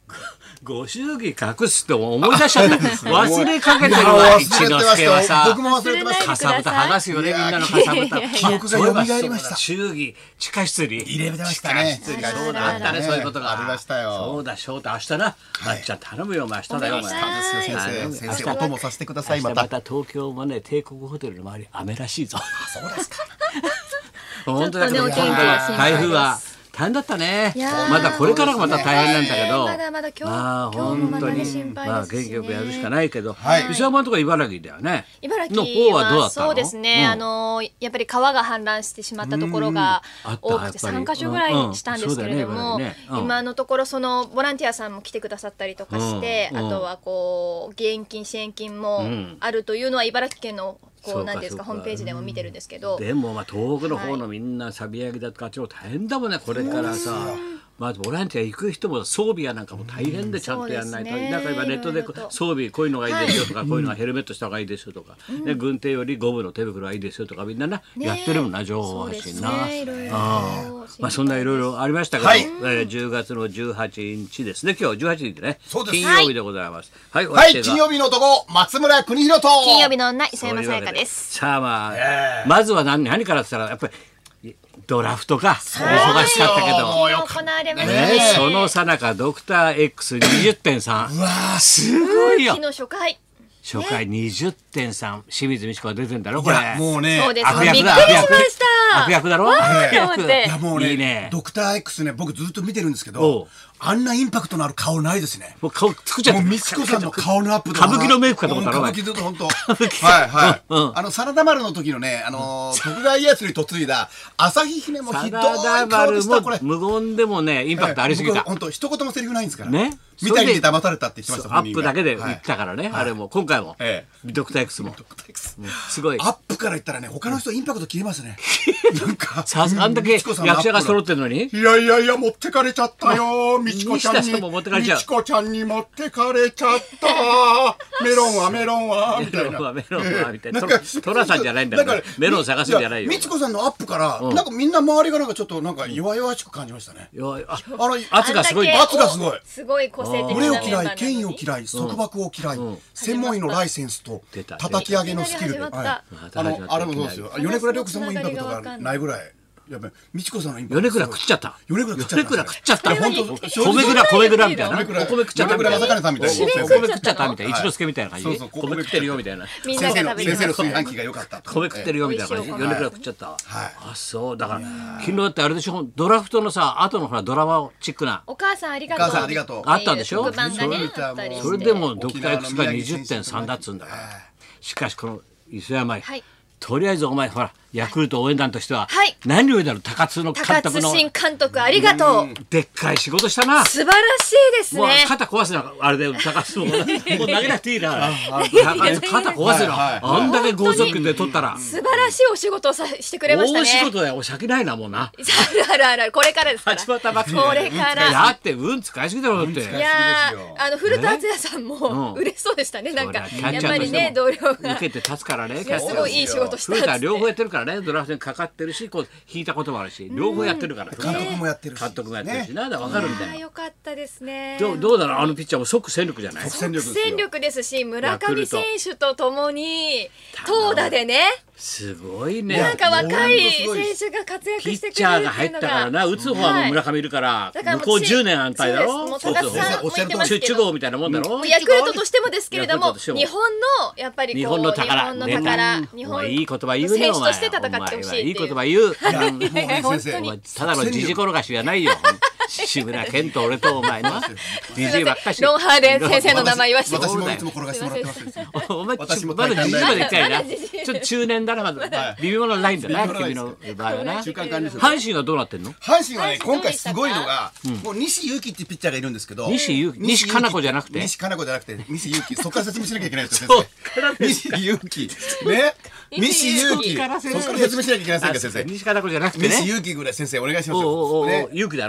ご祝儀隠すって思い出しちゃった忘れかけてるわ一之輔はさ。 僕も忘れてました。 かさぶた剥がすよねみんなのかさぶた。 記憶が蘇りました。 祝儀地下室に入れてましたね。 そうだあったねそういうことがありましたよ。 そうだ翔太明日な。なっちゃん頼むよお前明日だよお前。 先生お供させてください。 また東京もね帝国ホテルの周り雨らしいぞ。 そうですか。 本当だけど台風は大変だったね。まだこれからがまた大変なんだけど、 まだまだ今日もまだね心配ですしね。 元気よくやるしかないけど、石山のとこ茨城だよね。 茨城の方はどうだったの？ そうですね。やっぱり川が氾濫してしまったところが多くて3カ所ぐらいしたんですけれども、今のところそのボランティアさんも来てくださったりとかして、あとはこう現金支援金もあるというのは茨城県のこうなんですかホームページでも見てるんですけど、 でもまあ東北の方のみんなサビ焼きだとかあっちも大変だもんねこれからさ。まずボランティア行く人も装備やなんかも大変でちゃんとやらないと、なんか今ネットで装備こういうのがいいですよとか、こういうのがヘルメットした方がいいですよとか、軍手よりゴムの手袋がいいですよとかみんななやってるもんな情報発信な。まあそんないろいろありましたけど、10月の18日ですね。今日18日でね金曜日でございます。 はい金曜日の男松村邦弘と金曜日の女磯山さやかです。 さあまずは何からって言ったらやっぱりドラフトか忙しかったけど行われましたね。 そのさなかドクター X20.3 うわーすごいよ。 昨日初回20.3 清水美智子が出てんだろこれ。 もうねそうです悪役だ悪役だろ。 いやもうねドクター X ね僕ずっと見てるんですけどあんなインパクトのある顔ないですね。 もう顔作っちゃった。 もう美智子さんの顔のアップ歌舞伎のメイクかと思ったら歌舞伎だと本当はい真田丸の時のね徳川家康に嫁いだ旭姫もひどい顔でしたこれ。 無言でもねインパクトありすぎた。 本当一言もセリフないんですからね。 見たいに騙されたって言ってました。 アップだけで言ったからねあれも今回もドクター X もすごいアップから言ったらね他の人インパクト切れますね。なんかあんだけ役者が揃ってるのにいや持ってかれちゃったよ美智子ちゃんに美智子ちゃんに持ってかれちゃったメロンはみたいなメロンはみたいなトラさんじゃないんだからメロン探すんじゃないよ。 美智子さんのアップからなんかみんな周りがなんかちょっとなんか弱々しく感じましたね。 圧がすごいすごい個性的な俺を嫌い権威を嫌い束縛を嫌い専門医のライセンスと叩き上げのスキルであれもそうですよ。米倉涼子さんもインパクトがないぐらい。やべ美智子さんのインパクト米倉食っちゃった米倉食っちゃった米倉みたいなお米食っちゃったみたいなお米食っちゃったみたいな一之輔みたいな感じで米食ってるよみたいなみんなが食べる先生の炊飯器が良かった米食ってるよみたいな感じで米倉食っちゃった。あそうだから昨日だってあれでしょドラフトのさ後のほらドラマチックなお母さんありがとうあったんでしょ。それでもドクター X が20.3だっつうんだから。しかしこの磯山とりあえずお前ほらヤクルト応援団としては何よりだろう高津の監督の高津新監督ありがとう。 でっかい仕事したな。 素晴らしいですね。 もう肩壊すのあれで高津もう投げなくていいな。肩壊すのあんだけ剛速球で取ったら素晴らしいお仕事をしてくれましたね。 大仕事だよ。先ないなもうな。 あるこれからですから。これからだって運使いすぎだろだって。 いや古田敦也さんも嬉しそうでしたね。なんかやっぱりね同僚が受けて立つからね。 すごいいい仕事した。 古田両方やってるからね。ドラフトにかかってるしこう引いたこともあるし両方やってるから監督もやってるしなんだ分かるみたいな。 よかったですね。 どうだろうあのピッチャーも即戦力じゃない。 即戦力ですし村上選手とともに投打でねすごいね。 なんか若い選手が活躍してくれるっていうのがピッチャーが入ったからな打つ方は村上いるから向こう10年安泰だろ。 高津さんも言ってますけど中郷みたいなもんだろ。 ヤクルトとしてもですけれども日本のやっぱり日本の宝日本いい言葉言うねお前。 選手として戦ってほしいっていういい言葉言う。 本当にただの時事転がしじゃないよ。志村けんと俺とお前な時事ばっかし。 ロンハーレン先生の名前言わせて。 私もいつも転がしてもらってます。 お前まだ時事まで言ってないな。ちょっと中年だなまず微妙なラインだな君の場合はな。阪神はどうなってんの？ 阪神はね今回すごいのがもう西勇輝っていうピッチャーがいるんですけど西加奈子じゃなくて西勇輝そこから説明しなきゃいけないですよ先生。西勇輝ね西勇輝そこから説明しなきゃいけないです先生。 西加奈子じゃなくてね。 西勇輝ぐらい先生お願いしますよ。勇輝だろ。 これ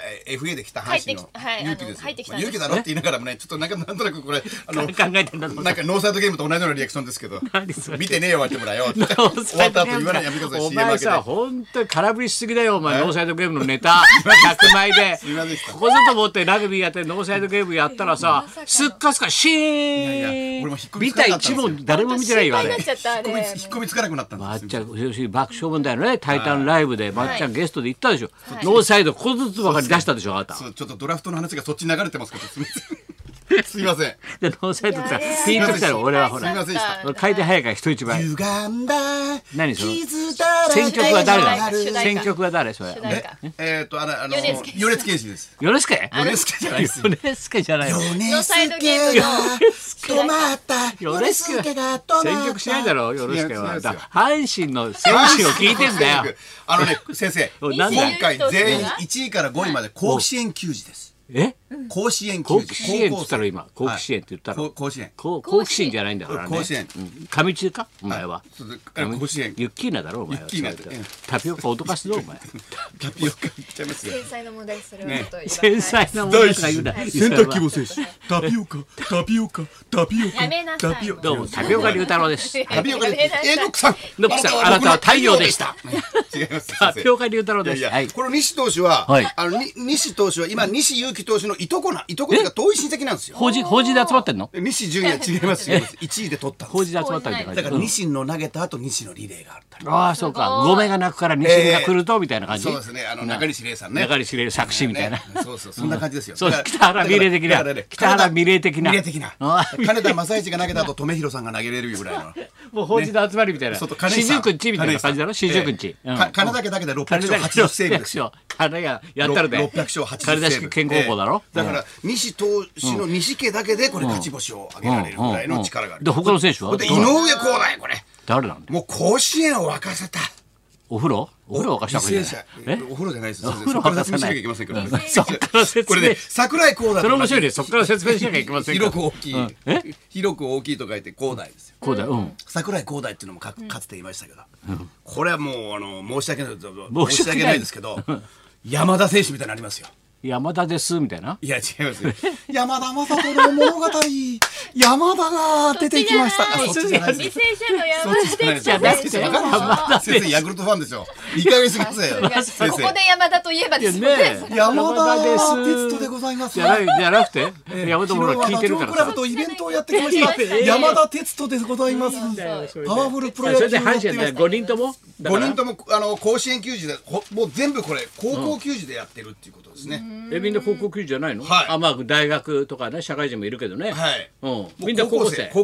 FA で来た阪神の勇気ですよ。勇気だろって言いながらもね、ちょっとなんとなくこれ考えてんだろう。 なんかノーサイドゲームと同じようなリアクションですけど、見てねえよってもらよって。終わった後言わないやめてください。 お前さ本当に空振りしすぎだよお前。ノーサイドゲームのネタ100枚でここぞと思ってラグビーやってノーサイドゲームやったらさ、すっかすかシーン見た一問誰も見てないよあれ。引っ込みつかなくなったんです。 まっちゃん爆笑問題のねタイタンライブでまっちゃんゲストで行ったでしょ。ノーサイドここずつばかり出したでしょあなた。 ちょっとドラフトの話がそっちに流れてますけどすみません。 でノーサイドってさピンときたら俺はほら回転早いから人一倍。何その選曲は誰だ。選曲は誰それ。 米津玄師です。 米津玄。 米津玄じゃないです。 米津玄じゃない。 ノーサイドゲームの止まった米津玄が選曲しないだろ米津玄は。阪神の選手を聞いてんだよ。 先生今回全員1位から5位まで甲子園球児です。甲子園球児。 甲子園って言ったら今甲子園って言ったら甲子園。 甲子園じゃないんだからね。 甲子園。 上中かお前は。 甲子園。 ユッキーナだろお前は。タピオカ脅かすぞお前。 タピオカ言っちゃいますよ。 繊細な問題それは繊細な問題とか言うな。 洗濯機もせしタピオカタピオカタピオカやめなさい。 どうもタピオカ龍太郎です。 タピオカでノックさんあなたは太陽でした。 違います。 タピオカ龍太郎です。 この西投手は西投手は今西勇輝投手のいとこっていうか遠い親戚なんですよ。 法事で集まってんの。 西純也違います1位で取ったんです。 法事で集まったみたいな。 だから西の投げた後西のリレーがあったり。 ああそうか。ごめが鳴くから西が来るとみたいな感じ。 そうですね。中西礼さんね。 中西礼作詞みたいな。 そうそんな感じですよ。 そう北原美玲的な。北原美玲的な。 金田正一が投げた後留広さんが投げれるぐらいの。 もう法事で集まりみたいな。四十九日みたいな感じだろ。四十九日。 金田家だけで600勝80セーブですよ。 金がやったらで。 600勝80セーブ。 金田式健康校だろ。 だから西投手の西家だけでこれ勝ち星を挙げられるぐらいの力がある。 で他の選手は。 で井上康大これ。 誰なんだ。 もう甲子園を沸かせた。 お風呂沸かしたわけじゃない。 お風呂じゃないです。そこから説明しなきゃいけませんけど。 そっから説明。 これね桜井光大。 それ面白いね。そっから説明しなきゃいけません。 広く大きい。広く大きいと書いて光大ですよ。 光大。 桜井光大っていうのもかつて言いましたけど。これはもう申し訳ないですけど山田選手みたいになりますよ。 山田ですみたいな。 いや違いますよ。山田雅人の物語山田が出てきました。そっちじゃないです。 履正社の山田じゃなくて先生ヤクルトファンでしょ。いい加減すぎますよ。 ここで山田といえばですよね。 山田哲人でございます。 じゃなくて山田も聞いてるからさ。 イベントをやってきました。山田哲人でございます。パワフルプロ野球。 それで阪神で5人とも 5人とも甲子園球児でもう全部これ高校球児でやってるっていうことですね。 みんな高校球児じゃないの。まあ大学とかね社会人もいるけどね。みんな高校生で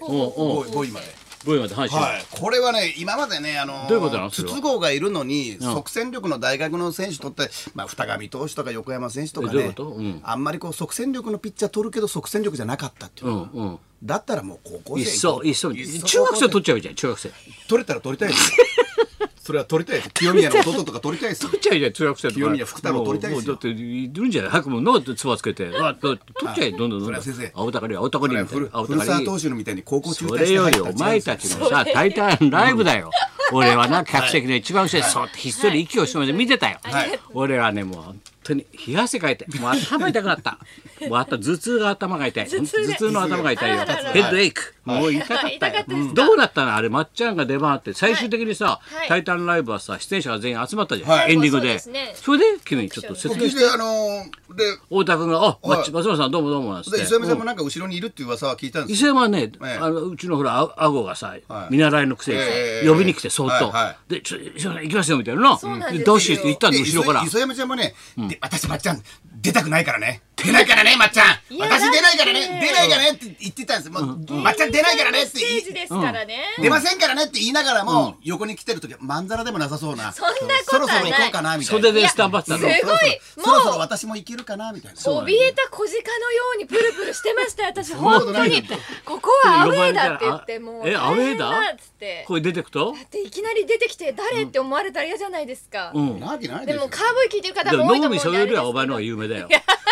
5位まで阪神。 これはね今までねどういうことなの。 筒香がいるのに即戦力の大学の選手とって二上投手とか横山選手とかねあんまりこう即戦力のピッチャー取るけど即戦力じゃなかったっていうのだったらもう高校生いっそ中学生取っちゃうじゃん。中学生取れたら取りたいですよ。それは取りたいです。清宮の弟とか取りたいですよ。 取っちゃいじゃん中学生とか。 清宮福太郎取りたいですよ。 だっているんじゃない。早くもノートつばつけて取っちゃいどんどん。 先生青高にみたいな。 古澤投手のみたいに高校中退して入った。それよりお前たちのさタイタンライブだよ。俺はな客席の一番後ろでそうひっそり息をしてまで見てたよ。俺はねもう本当に冷や汗かいてもう頭痛くなった。もう頭痛が頭が痛い。頭痛の頭が痛いよ。ヘッドエイク。もう痛かったよ。どうなったのあれまっちゃんが出番あって最終的にさタイタンライブはさ出演者が全員集まったじゃんエンディングで。それで君ちょっと説明して。太田君が松村さんどうもどうもなんつって。 磯山さんもなんか後ろにいるっていう噂は聞いたんです。 磯山はねうちのほら顎がさ見習いのくせに呼びに来てそっとでちょ磯山さん行きますよみたいなの。どうしって言ったんで後ろから。 磯山ちゃんもね私まっちゃん出たくないからね。出ないからねまっちゃん。私出ないからね出ないからねって言ってたんです。まっちゃん出ないからねって出ませんからねって言いながらも横に来てる時はまんざらでもなさそうな。 そろそろ行こうかなみたいな。 袖でスタンバってたの。 すごいそろそろ私も行けるかなみたいな。 怯えた小鹿のようにプルプルしてました私本当に。ここはアウェーだって言ってもうアウェーだっつってこれ出てくとだっていきなり出てきて誰って思われたら嫌じゃないですか。でもカーボーイ聞いてる方も多いと思うんで。 野上それよりはお前の方が有名だよ。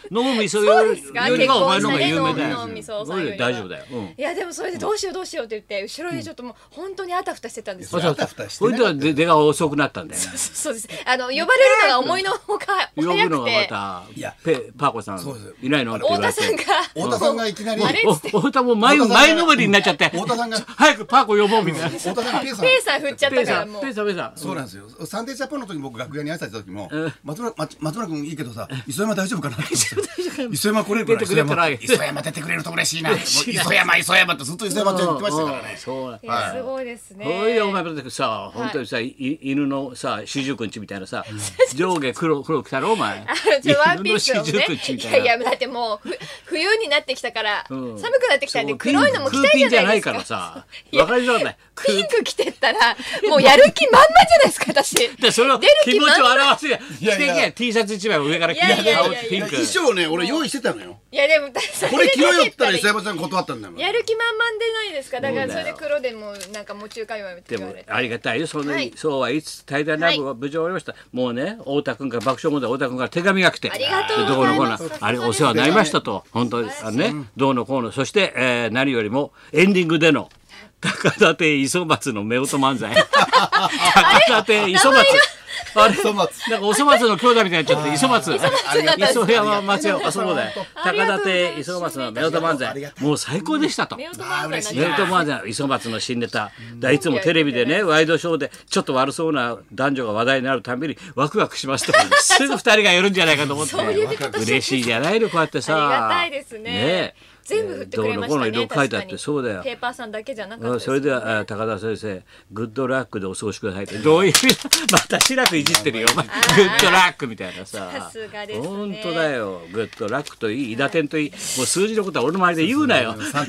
脳みそよりはお前の方が有名だよ。 脳みそさんよりは大丈夫だよ。 いやでもそれでどうしようって言って後ろでちょっともう本当にあたふたしてたんですよ。 あたふたしてそれでは出が遅くなったんだよ。 そうです。呼ばれるのが思いのほか早くて。 呼ぶのがまたパーコさんいないのって言われて。 太田さんがいきなり太田も前のめりになっちゃって。太田さんが早くパーコ呼ぼうみたいな。 太田さんがペーサー振っちゃったからもう。 ペーサー。 そうなんですよ。サンデージャポンの時僕楽屋に挨拶した時も松村君いいけどさ磯山大丈夫かな。磯山来れるから。磯山出てくれると嬉しいな。磯山ってずっと磯山って言ってましたからね。 そうすごいですね。 おいお前さ本当にさ犬のさ四十九日みたいなさ上下黒着たろお前。 ワンピースをね。いやだってもう冬になってきたから寒くなってきたんで黒いのも着たいじゃないですか。 空ピンじゃないからさわかりづらい。 ピンク着てったらもうやる気満々じゃないですか私。 でそれを気持ちを表すや着てけ T シャツ一枚上から着てピンク。 衣装ね俺用意してたのよ。 いやでもこれ着ろよったら磯山さん断ったんだもん。 やる気満々でないですか。だからそれで黒でもなんかもう中華弱めって言われて。でもありがたいよそうはいつ対談ライブは無事終わりました。もうね太田君から爆笑問題太田君から手紙が来てありがとうございます。 あれお世話になりましたと本当にねどうのこうのそして何よりもエンディングでの高田磯松の夫婦漫才。高田磯松。あれなんかおそ松の兄弟みたいになっちゃって磯松磯山松代そうだよ。高田磯松の夫婦漫才もう最高でしたと。夫婦漫才磯松の新ネタいつもテレビでねワイドショーでちょっと悪そうな男女が話題になるたびにワクワクしますとすぐ2人がやるんじゃないかと思って嬉しいじゃないのこうやってさ。 ありがたいですね。全部振ってくれましたね。 どうのこうの色書いてあってそうだよ。 ペーパーさんだけじゃなかったです。 それでは高田先生グッドラックでお過ごしくださいってどういうまた白くいじってるよお前グッドラックみたいなさ。 さすがですね。 本当だよグッドラックといい伊達天といいもう数字のことは俺の周りで言うなよ。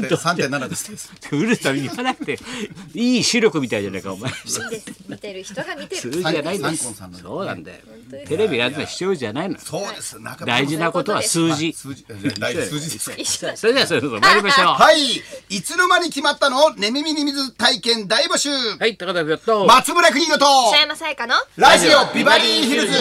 3.7 です。 うるさい言わなくていい視力みたいじゃないかお前。 見てる人が見てる。 数字じゃないんだ。そうなんだよ。テレビやるのは必要じゃないの。 そうです。 大事なことは数字。 数字です。 それではそういうこと参りましょう。 はい、いつの間に決まったの寝耳に水体験大募集。 はい、高田文夫と松村邦洋と北山さやかのラジオビバリーヒルズ。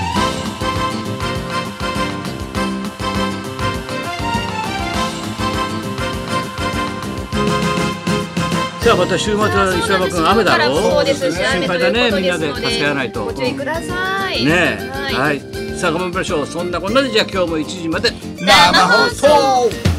さあまた週末は磯山君雨だろ。 そうですし心配だねみんなで助け合わないと。 ご注意ください。 ねはい。さあ頑張りましょう。そんなこんなでじゃあ今日も1時まで生放送。